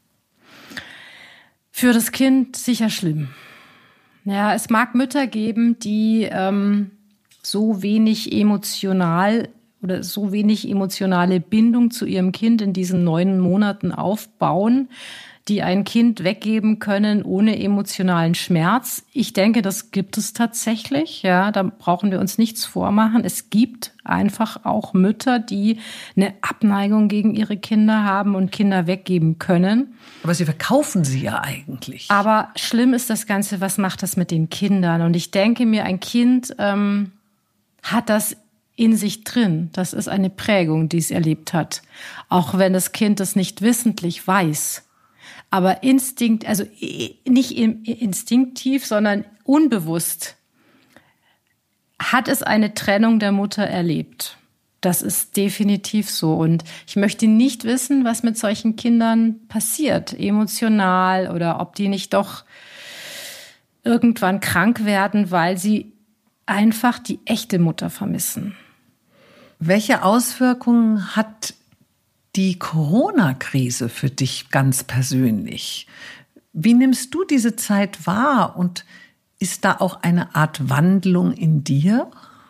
Für das Kind sicher schlimm. Ja, es mag Mütter geben, die so wenig emotionale Bindung zu ihrem Kind in diesen 9 Monaten aufbauen, die ein Kind weggeben können ohne emotionalen Schmerz. Ich denke, das gibt es tatsächlich. Ja, da brauchen wir uns nichts vormachen. Es gibt einfach auch Mütter, die eine Abneigung gegen ihre Kinder haben und Kinder weggeben können.
Aber sie verkaufen sie ja eigentlich.
Aber schlimm ist das Ganze, was macht das mit den Kindern? Und ich denke mir, ein Kind hat das in sich drin. Das ist eine Prägung, die es erlebt hat. Auch wenn das Kind das nicht wissentlich weiß. Aber nicht instinktiv, sondern unbewusst hat es eine Trennung der Mutter erlebt. Das ist definitiv so. Und ich möchte nicht wissen, was mit solchen Kindern passiert, emotional, oder ob die nicht doch irgendwann krank werden, weil sie einfach die echte Mutter vermissen.
Welche Auswirkungen hat die Corona-Krise für dich ganz persönlich? Wie nimmst du diese Zeit wahr und ist da auch eine Art Wandlung in dir?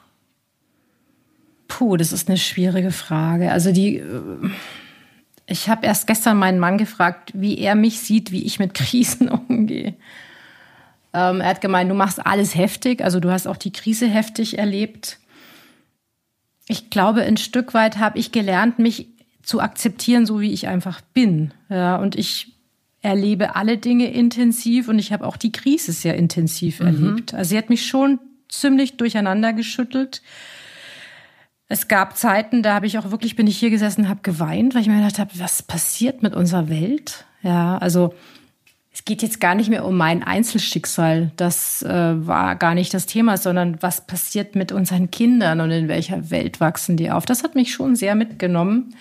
Das ist eine schwierige Frage. Also ich habe erst gestern meinen Mann gefragt, wie er mich sieht, wie ich mit Krisen umgehe. Er hat gemeint, du machst alles heftig, also du hast auch die Krise heftig erlebt. Ich glaube, ein Stück weit habe ich gelernt, mich zu akzeptieren, so wie ich einfach bin. Ja, und ich erlebe alle Dinge intensiv und ich habe auch die Krise sehr intensiv erlebt. Also sie hat mich schon ziemlich durcheinander geschüttelt. Es gab Zeiten, da bin ich hier gesessen und habe geweint, weil ich mir gedacht habe, was passiert mit unserer Welt? Ja, also es geht jetzt gar nicht mehr um mein Einzelschicksal. Das war gar nicht das Thema, sondern was passiert mit unseren Kindern und in welcher Welt wachsen die auf? Das hat mich schon sehr mitgenommen.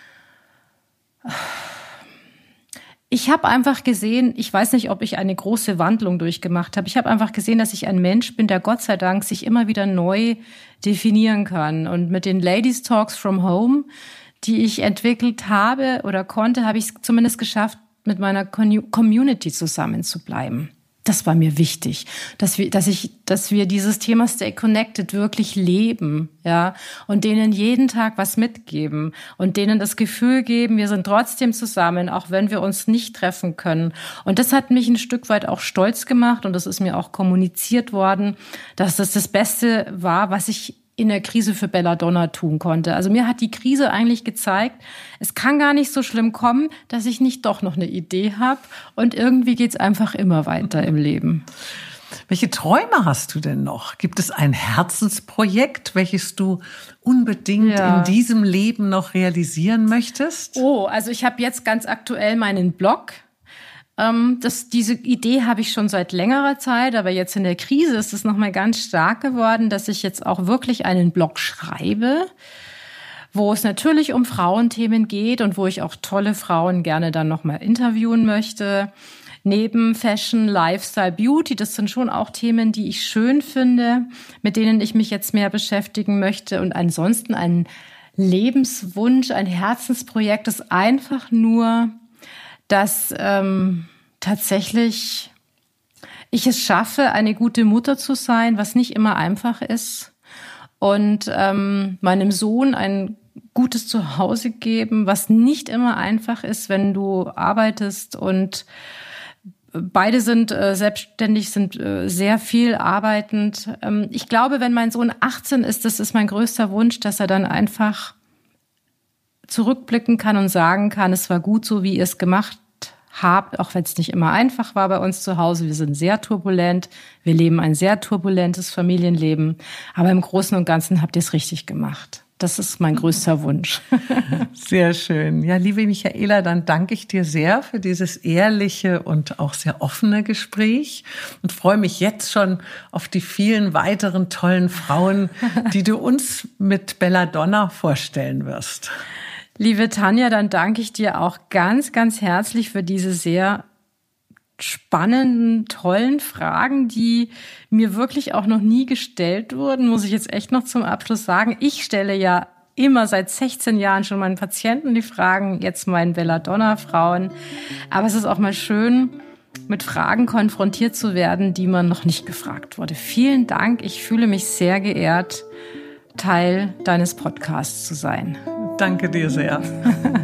Ich habe einfach gesehen, ich weiß nicht, ob ich eine große Wandlung durchgemacht habe. Ich habe einfach gesehen, dass ich ein Mensch bin, der Gott sei Dank sich immer wieder neu definieren kann. Und mit den Ladies Talks from Home, die ich entwickelt habe oder konnte, habe ich es zumindest geschafft, mit meiner Community zusammenzubleiben. Das war mir wichtig, dass wir dieses Thema Stay Connected wirklich leben, ja, und denen jeden Tag was mitgeben und denen das Gefühl geben, wir sind trotzdem zusammen, auch wenn wir uns nicht treffen können. Und das hat mich ein Stück weit auch stolz gemacht und das ist mir auch kommuniziert worden, dass das das Beste war, was ich in der Krise für Belladonna tun konnte. Also mir hat die Krise eigentlich gezeigt, es kann gar nicht so schlimm kommen, dass ich nicht doch noch eine Idee habe und irgendwie geht's einfach immer weiter im Leben.
Welche Träume hast du denn noch? Gibt es ein Herzensprojekt, welches du unbedingt in diesem Leben noch realisieren möchtest?
Oh, also ich habe jetzt ganz aktuell meinen Blog. Diese Idee habe ich schon seit längerer Zeit, aber jetzt in der Krise ist es nochmal ganz stark geworden, dass ich jetzt auch wirklich einen Blog schreibe, wo es natürlich um Frauenthemen geht und wo ich auch tolle Frauen gerne dann nochmal interviewen möchte. Neben Fashion, Lifestyle, Beauty, das sind schon auch Themen, die ich schön finde, mit denen ich mich jetzt mehr beschäftigen möchte. Und ansonsten ein Lebenswunsch, ein Herzensprojekt ist einfach nur, dass tatsächlich ich es schaffe, eine gute Mutter zu sein, was nicht immer einfach ist. Und meinem Sohn ein gutes Zuhause geben, was nicht immer einfach ist, wenn du arbeitest. Und beide sind selbstständig, sind sehr viel arbeitend. Ich glaube, wenn mein Sohn 18 ist, das ist mein größter Wunsch, dass er dann einfach zurückblicken kann und sagen kann, es war gut so, wie ihr es gemacht habt, auch wenn es nicht immer einfach war bei uns zu Hause. Wir sind sehr turbulent, wir leben ein sehr turbulentes Familienleben, aber im Großen und Ganzen habt ihr es richtig gemacht. Das ist mein größter Wunsch.
Sehr schön. Ja, liebe Michaela, dann danke ich dir sehr für dieses ehrliche und auch sehr offene Gespräch und freue mich jetzt schon auf die vielen weiteren tollen Frauen, die du uns mit Belladonna vorstellen wirst.
Liebe Tanja, dann danke ich dir auch ganz, ganz herzlich für diese sehr spannenden, tollen Fragen, die mir wirklich auch noch nie gestellt wurden, muss ich jetzt echt noch zum Abschluss sagen. Ich stelle ja immer seit 16 Jahren schon meinen Patienten die Fragen, jetzt meinen Belladonna-Frauen. Aber es ist auch mal schön, mit Fragen konfrontiert zu werden, die man noch nicht gefragt wurde. Vielen Dank. Ich fühle mich sehr geehrt, Teil deines Podcasts zu sein.
Danke dir sehr.